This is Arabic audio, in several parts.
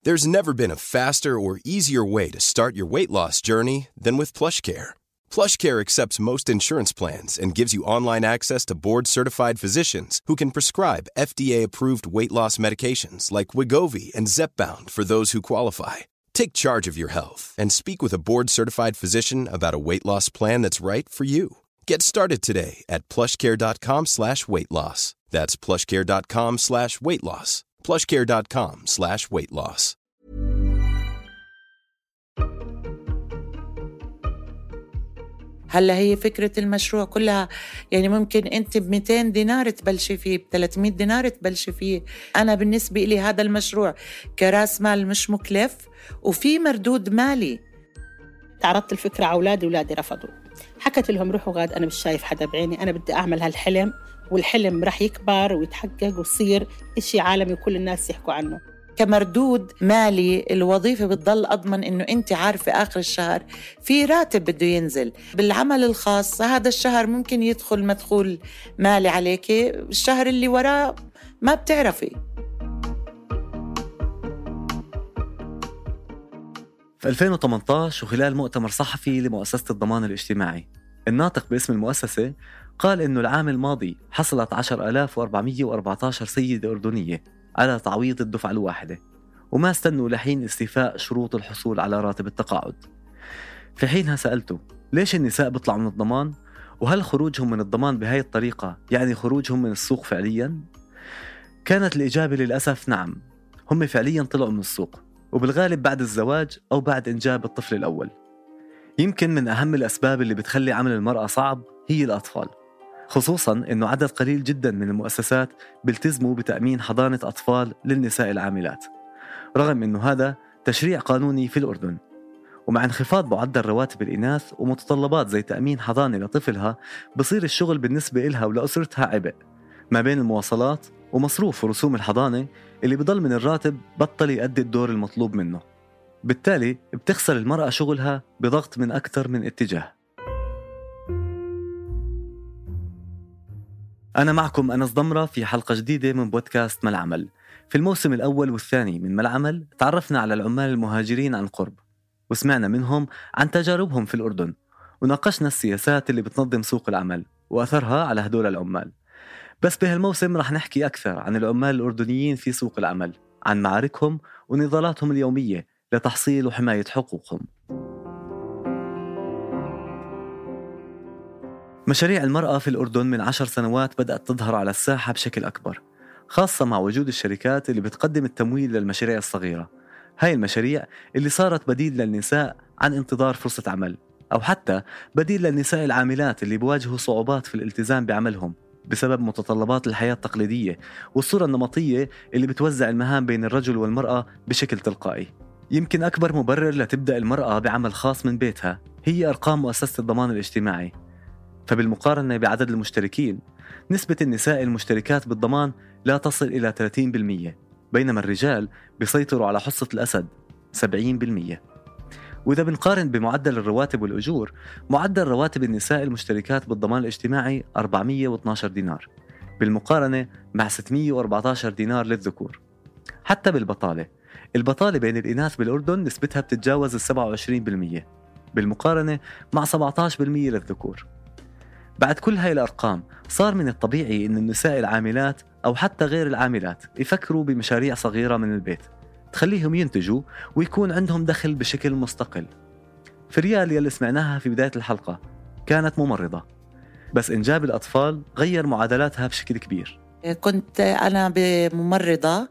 There's never been a faster or easier way to start your weight loss journey than with PlushCare. PlushCare accepts most insurance plans and gives you online access to board-certified physicians who can prescribe FDA-approved weight loss medications like Wegovy and Zepbound for those who qualify. Take charge of your health and speak with a board-certified physician about a weight loss plan that's right for you. Get started today at plushcare.com/weightloss. That's plushcare.com/weightloss. plushcare.com/weightloss. هلا هي فكرة المشروع كلها، يعني ممكن أنت ب200 دينار تبلشي فيه، ب300 دينار تبلشي فيه. أنا بالنسبة لي هذا المشروع كراس مال مش مكلف وفي مردود مالي. تعرضت الفكرة على أولادي رفضوا. حكت لهم روحوا غاد، أنا مش شايف حدا بعيني، أنا بدي أعمل هالحلم، والحلم رح يكبر ويتحقق ويصير إشي عالمي وكل الناس يحكوا عنه. كمردود مالي الوظيفة بتضل أضمن إنه أنت عارفة آخر الشهر في راتب بده ينزل. بالعمل الخاص هذا الشهر ممكن يدخل مدخول مالي عليك، الشهر اللي وراه ما بتعرفي. في 2018 وخلال مؤتمر صحفي لمؤسسة الضمان الاجتماعي، الناطق باسم المؤسسة قال إنه العام الماضي حصلت 10,414 سيدة أردنية على تعويض الدفعة الواحدة، وما استنوا لحين استيفاء شروط الحصول على راتب التقاعد. في حينها سألته ليش النساء بيطلعوا من الضمان، وهل خروجهم من الضمان بهاي الطريقة يعني خروجهم من السوق فعليا؟ كانت الإجابة للأسف نعم، هم فعليا طلعوا من السوق، وبالغالب بعد الزواج أو بعد إنجاب الطفل الأول. يمكن من أهم الأسباب اللي بتخلي عمل المرأة صعب هي الأطفال، خصوصاً أنه عدد قليل جداً من المؤسسات بيلتزموا بتأمين حضانة أطفال للنساء العاملات، رغم أنه هذا تشريع قانوني في الأردن. ومع انخفاض معدل رواتب الإناث ومتطلبات زي تأمين حضانة لطفلها، بصير الشغل بالنسبة إلها ولأسرتها عبء، ما بين المواصلات ومصروف ورسوم الحضانة اللي بضل من الراتب بطل يؤدي الدور المطلوب منه. بالتالي بتخسر المرأة شغلها بضغط من أكثر من اتجاه. أنا معكم أنس ضمرة في حلقة جديدة من بودكاست ملعمل. في الموسم الأول والثاني من ملعمل تعرفنا على العمال المهاجرين عن قرب، وسمعنا منهم عن تجاربهم في الأردن، وناقشنا السياسات اللي بتنظم سوق العمل وأثرها على هدول العمال. بس بهالموسم رح نحكي أكثر عن العمال الأردنيين في سوق العمل، عن معاركهم ونضالاتهم اليومية لتحصيل وحماية حقوقهم. مشاريع المرأة في الأردن من 10 سنوات بدأت تظهر على الساحة بشكل أكبر، خاصة مع وجود الشركات اللي بتقدم التمويل للمشاريع الصغيرة. هاي المشاريع اللي صارت بديل للنساء عن انتظار فرصة عمل، أو حتى بديل للنساء العاملات اللي بواجهوا صعوبات في الالتزام بعملهم بسبب متطلبات الحياة التقليدية والصورة النمطية اللي بتوزع المهام بين الرجل والمرأة بشكل تلقائي. يمكن أكبر مبرر لتبدأ المرأة بعمل خاص من بيتها هي أرقام مؤسسة الضمان الاجتماعي. فبالمقارنة بعدد المشتركين، نسبة النساء المشتركات بالضمان لا تصل إلى 30%، بينما الرجال بيسيطروا على حصة الأسد 70%. وإذا بنقارن بمعدل الرواتب والأجور، معدل رواتب النساء المشتركات بالضمان الاجتماعي 412 دينار بالمقارنة مع 614 دينار للذكور. حتى بالبطالة، البطالة بين الإناث بالأردن نسبتها بتتجاوز 27% بالمقارنة مع 17% للذكور. بعد كل هاي الأرقام، صار من الطبيعي أن النساء العاملات أو حتى غير العاملات يفكروا بمشاريع صغيرة من البيت تخليهم ينتجوا ويكون عندهم دخل بشكل مستقل. فريال يلي سمعناها في بداية الحلقة كانت ممرضة، بس إنجاب الأطفال غير معادلاتها بشكل كبير. كنت أنا بممرضة،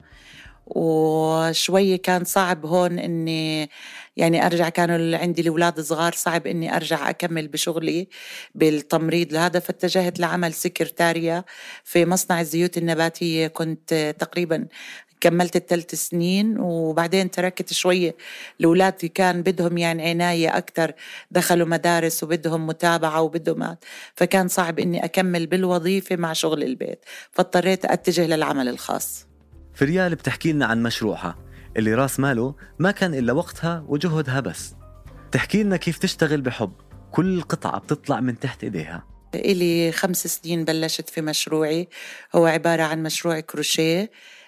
وشوية كان صعب هون إني يعني أرجع، كانوا عندي الأولاد صغار، صعب إني أرجع أكمل بشغلي بالتمريض لهذا، فاتجهت لعمل سكرتارية في مصنع الزيوت النباتية. كنت تقريبا كملت 3 سنين، وبعدين تركت شوية. الأولاد كان بدهم يعني عناية أكتر، دخلوا مدارس وبدهم متابعة وبدهم فكان صعب إني أكمل بالوظيفة مع شغل البيت، فاضطريت أتجه للعمل الخاص. فريال بتحكي لنا عن مشروعها اللي راس ماله ما كان إلا وقتها وجهدها بس. تحكي لنا كيف تشتغل بحب، كل قطعة بتطلع من تحت إيديها. إلي 5 سنين بلشت في مشروعي، هو عبارة عن مشروع كروشيه.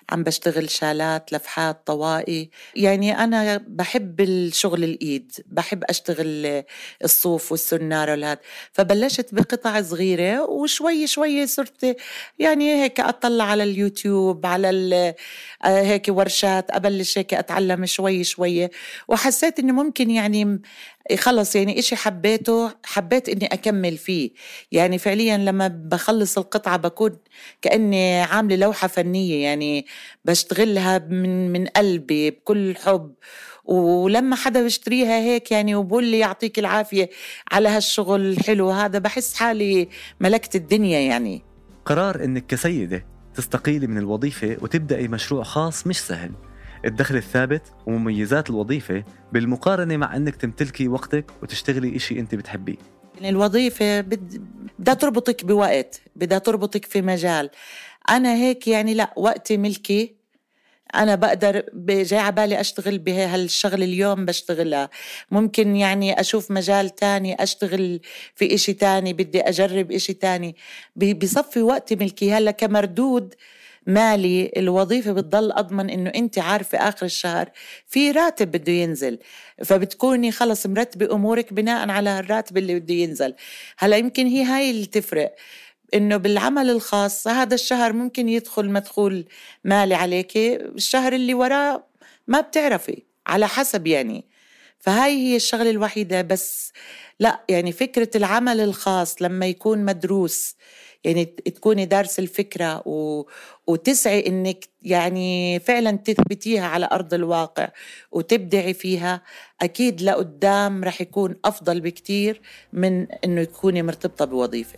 عم بشتغل شالات، لفحات، طوائي. يعني أنا بحب الشغل الإيد، بحب أشتغل الصوف والسنارة والهاد. فبلشت بقطع صغيرة وشوي شوي صرت يعني هيك أطلع على اليوتيوب، على هيك ورشات، أبلش هيك أتعلم شوي شوي. وحسيت إنه ممكن يعني خلص يعني إشي حبيت إني أكمل فيه. يعني فعليا لما بخلص القطعة بكون كأني عاملة لوحة فنية، يعني بشتغلها من قلبي بكل حب. ولما حدا بيشتريها هيك يعني وبقول لي يعطيك العافية على هالشغل الحلو هذا، بحس حالي ملكت الدنيا يعني. قرار إنك كسيدة تستقيلي من الوظيفة وتبدأي مشروع خاص مش سهل. الدخل الثابت ومميزات الوظيفة بالمقارنة مع أنك تمتلكي وقتك وتشتغلي إشي أنت بتحبيه. يعني الوظيفة بدها تربطك بوقت، بدها تربطك في مجال. أنا هيك يعني لا، وقتي ملكي، أنا بقدر جاي عبالي أشتغل بهالشغل اليوم بشتغلها. ممكن يعني أشوف مجال تاني أشتغل في إشي تاني، بدي أجرب إشي تاني. بصفي وقتي ملكي. هلا كمردود مالي الوظيفة بتضل أضمن إنه أنت عارفة آخر الشهر في راتب بده ينزل، فبتكوني خلص مرتبة أمورك بناء على الراتب اللي بده ينزل. هلا يمكن هاي اللي تفرق، إنه بالعمل الخاص هذا الشهر ممكن يدخل مدخول مالي عليك، الشهر اللي وراه ما بتعرفي، على حسب يعني. فهاي هي الشغلة الوحيدة. بس لا يعني فكرة العمل الخاص لما يكون مدروس، يعني تكوني دارس الفكرة وتسعي إنك يعني فعلا تثبتيها على أرض الواقع وتبدعي فيها، أكيد لقدام رح يكون أفضل بكتير من إنه تكوني مرتبطة بوظيفة.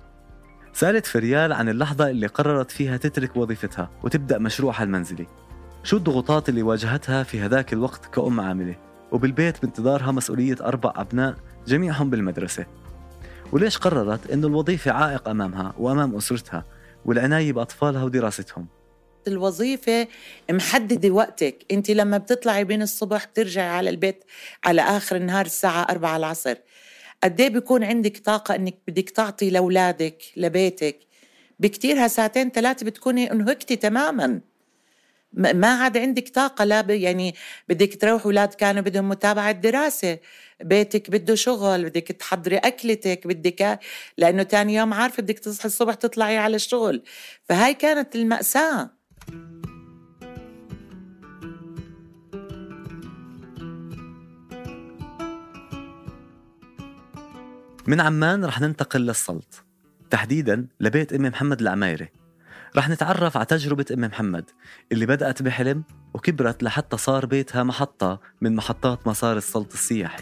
سألت فريال عن اللحظة اللي قررت فيها تترك وظيفتها وتبدأ مشروعها المنزلي. شو الضغوطات اللي واجهتها في هذاك الوقت كأم عاملة وبالبيت بانتظارها مسؤولية 4 أبناء جميعهم بالمدرسة؟ وليش قررت إنه الوظيفة عائق أمامها وأمام أسرتها والعناية بأطفالها ودراستهم؟ الوظيفة محددة وقتك. انت لما بتطلعي بين الصبح بترجعي على البيت على آخر النهار الساعة 4 العصر. قديه بيكون عندك طاقة انك بدك تعطي لأولادك لبيتك؟ بكتيرها 2-3 بتكوني انهكتي تماما، ما عاد عندك طاقة. لا يعني بدك تروح، أولاد كانوا بدهم متابعة دراسة، بيتك بده شغل، بدك تحضري أكلتك، لأنه تاني يوم عارفة بدك تصحي الصبح تطلعي على الشغل. فهاي كانت المأساة. من عمان رح ننتقل للسلط، تحديداً لبيت أم محمد العمايري. رح نتعرف على تجربة أم محمد اللي بدأت بحلم وكبرت لحتى صار بيتها محطة من محطات مسار السلط السياحي.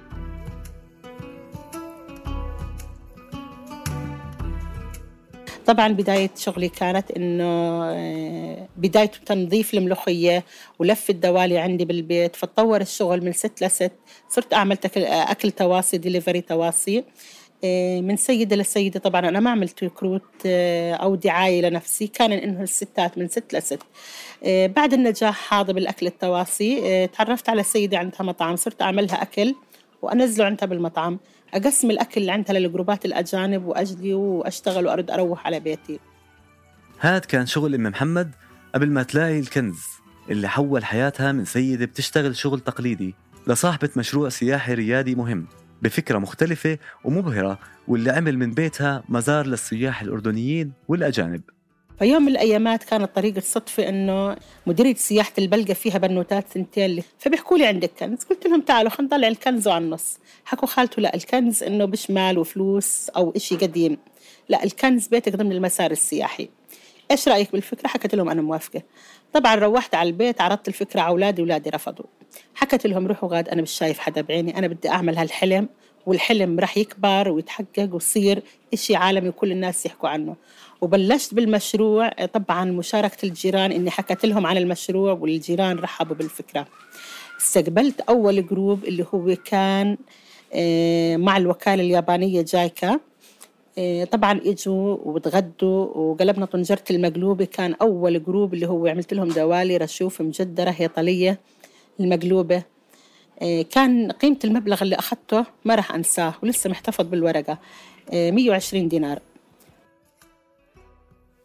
طبعا بداية شغلي كانت إنه بداية تنظيف الملوخية ولف الدوالي عندي بالبيت، فتطور الشغل من 6 ل6. صرت أعمل أكل تواصي، ديليفري تواصي من سيدة لسيدة. طبعا أنا ما عملت ريكروت أو دعاية لنفسي، كان إنه الستات من 6 ل6. بعد النجاح هذا بالأكل التواصي تعرفت على سيدة عندها مطعم، صرت أعملها أكل وأنزله عندها بالمطعم، أقسم الأكل اللي عندها للجروبات الأجانب وأجلي وأشتغل وأرد أروح على بيتي. هاد كان شغل أم محمد قبل ما تلاقي الكنز اللي حول حياتها من سيدة بتشتغل شغل تقليدي لصاحبة مشروع سياحي ريادي مهم بفكرة مختلفة ومبهرة، واللي عمل من بيتها مزار للسياح الأردنيين والأجانب. فيوم من الأيامات كانت طريقة صدفة إنه مديرية سياحة البلقة فيها بنوتات 2 فبيحكوا لي عندك كنز؟ قلت لهم تعالوا خلينا نطلع الكنز على النص. حكوا خالته لا، الكنز إنه بشمال وفلوس أو إشي قديم، لا الكنز بيتك ضمن المسار السياحي. إيش رأيك بالفكرة؟ حكت لهم أنا موافقة. طبعا روحت على البيت عرضت الفكرة على أولادي رفضوا. حكت لهم روحوا غاد، أنا مش شايف حدا بعيني، أنا بدي أعمل هالحلم، والحلم رح يكبر ويتحقق ويصير إشي عالمي وكل الناس يحكوا عنه. وبلشت بالمشروع. طبعا مشاركة الجيران، إني حكت لهم عن المشروع والجيران رحبوا بالفكرة. استقبلت أول جروب اللي هو كان مع الوكالة اليابانية جايكا. طبعا اجوا وتغدوا وقلبنا طنجرة المقلوبة. كان أول جروب اللي هو عملت لهم دوالي رشوف مجدرة هيطلية المقلوبة. كان قيمة المبلغ اللي أخذته ما رح أنساه ولسه محتفظ بالورقة، 120 دينار.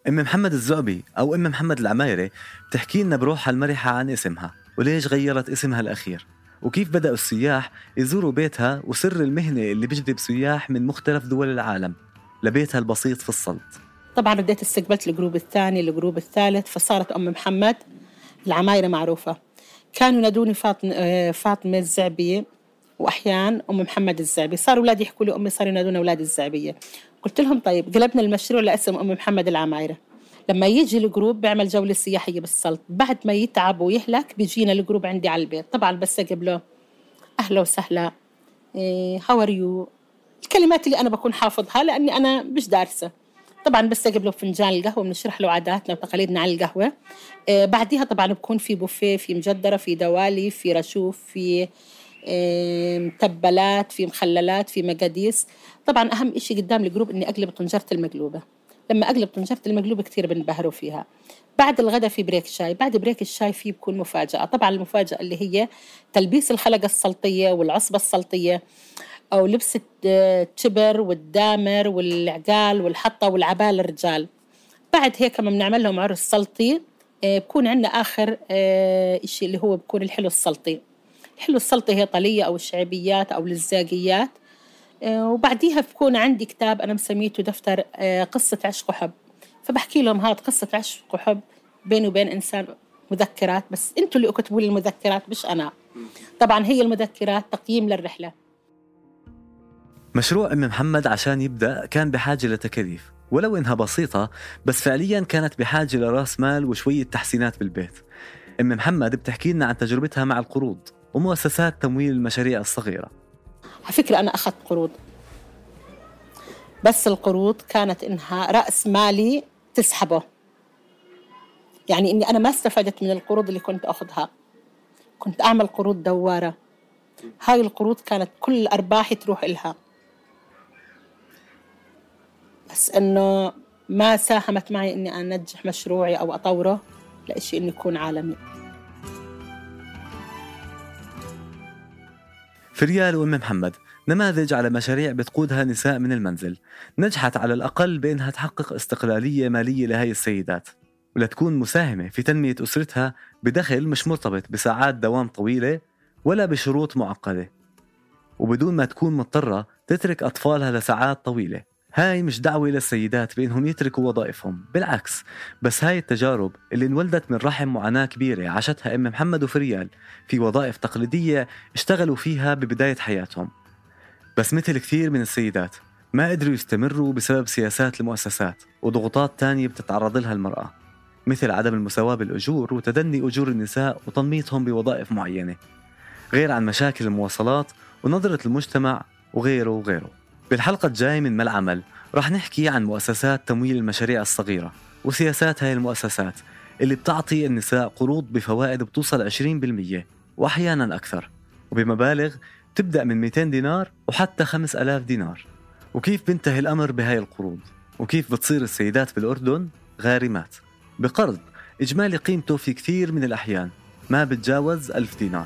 أم محمد الزعبي أو أم محمد العمايرة بتحكي لنا بروحها المرحة عن اسمها وليش غيرت اسمها الأخير، وكيف بدأوا السياح يزوروا بيتها، وسر المهنة اللي بيجذب سياح من مختلف دول العالم لبيتها البسيط في السلط. طبعا رديت استقبلت الجروب الثاني الجروب الثالث، فصارت أم محمد العمايرة معروفة. كانوا ينادوني فاطمة الزعبية، وأحيان أم محمد الزعبي. صار أولادي يحكوا لي أمي، صاروا ينادون أولاد الزعبية. قلت لهم طيب قلبنا المشروع لاسم أم محمد العمايرة. لما يجي الجروب بيعمل جولة سياحية بالسلط، بعد ما يتعب ويهلك بيجينا الجروب عندي على البيت. طبعا بس قبله أهلا وسهلا، هاو ار يو، الكلمات اللي أنا بكون حافظها لأني أنا مش دارسة. طبعا بس قبله فنجان القهوة بنشرح له عاداتنا وتقاليدنا على القهوة. بعديها طبعا بكون في بوفيه، في مجدرة، في دوالي، في رشوف، في متبلات، في مخللات، في مقاديس. طبعا أهم إشي قدام الجروب إني أقلب طنجرة المقلوبة. لما أقلب طنجرة المقلوبة كتير بنبهروا فيها. بعد الغداء في بريك شاي، بعد بريك الشاي فيه بكون مفاجأة. طبعا المفاجأة اللي هي تلبيس الخلقة السلطية والعصبة السلطية، أو لبس التبر والدامر والعقال والحطة والعبال الرجال. بعد هيك كما بنعمل لهم عرس سلطي. بكون عندنا آخر إشي اللي هو بكون الحلو السلطي. الحلو السلطي هي طلية أو الشعبيات أو الزاقيات. وبعديها بكون عندي كتاب أنا مسميته دفتر قصة عشق وحب، فبحكي لهم هاد قصة عشق وحب بيني وبين إنسان، مذكرات، بس أنتوا اللي اكتبوا لي المذكرات مش أنا. طبعا هي المذكرات تقييم للرحلة. مشروع أم محمد عشان يبدأ كان بحاجة لتكاليف، ولو إنها بسيطة بس فعلياً كانت بحاجة لرأس مال وشوية تحسينات بالبيت. أم محمد بتحكي لنا عن تجربتها مع القروض ومؤسسات تمويل المشاريع الصغيرة. على فكرة أنا أخذت قروض، بس القروض كانت إنها رأس مالي تسحبه، يعني إني أنا ما استفدت من القروض اللي كنت أخذها. كنت أعمل قروض دوارة، هاي القروض كانت كل أرباحي تروح إلها، بس إنه ما ساهمت معي إني أنجح مشروعي أو أطوره لإشي إنه يكون عالمي. فريال وأم محمد نماذج على مشاريع بتقودها نساء من المنزل، نجحت على الأقل بأنها تحقق استقلالية مالية لهي السيدات، ولتكون مساهمة في تنمية أسرتها بدخل مش مرتبط بساعات دوام طويلة ولا بشروط معقدة، وبدون ما تكون مضطرة تترك أطفالها لساعات طويلة. هاي مش دعوة للسيدات بأنهم يتركوا وظائفهم، بالعكس، بس هاي التجارب اللي انولدت من رحم معاناة كبيرة عاشتها أم محمد وفريال في وظائف تقليدية اشتغلوا فيها ببداية حياتهم. بس مثل كثير من السيدات ما قدروا يستمروا بسبب سياسات المؤسسات وضغوطات تانية بتتعرض لها المرأة، مثل عدم المساواة بالأجور وتدني أجور النساء وتنميطهم بوظائف معينة، غير عن مشاكل المواصلات ونظرة المجتمع وغيره وغيره. بالحلقة الجاية من ما العمل رح نحكي عن مؤسسات تمويل المشاريع الصغيرة وسياسات هاي المؤسسات اللي بتعطي النساء قروض بفوائد بتوصل 20% وأحيانا أكثر، وبمبالغ تبدأ من 200 دينار وحتى 5000 دينار، وكيف بينتهي الأمر بهاي القروض، وكيف بتصير السيدات بالأردن غارمات بقرض إجمالي قيمته في كثير من الأحيان ما بتجاوز 1000 دينار.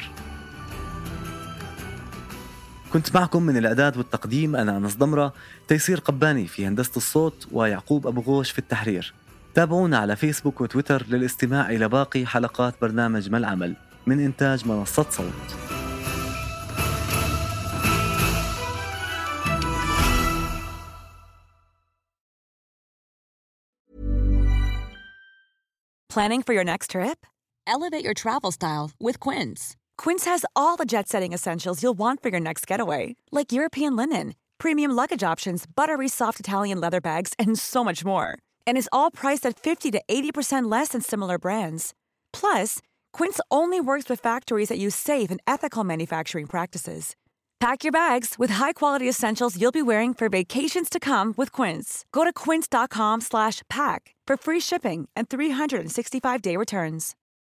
كنت معكم من الإعداد والتقديم أنا أنس ضمرة، تيسير قباني في هندسة الصوت، ويعقوب أبو غوش في التحرير. تابعونا على فيسبوك وتويتر للاستماع إلى باقي حلقات برنامج ما العمل من إنتاج منصة صوت. Planning for your next trip? Elevate your travel style with Quince. Quince has all the jet-setting essentials you'll want for your next getaway, like European linen, premium luggage options, buttery soft Italian leather bags, and so much more. And is all priced at 50 to 80% less than similar brands. Plus, Quince only works with factories that use safe and ethical manufacturing practices. Pack your bags with high-quality essentials you'll be wearing for vacations to come with Quince. Go to quince.com/pack for free shipping and 365-day returns.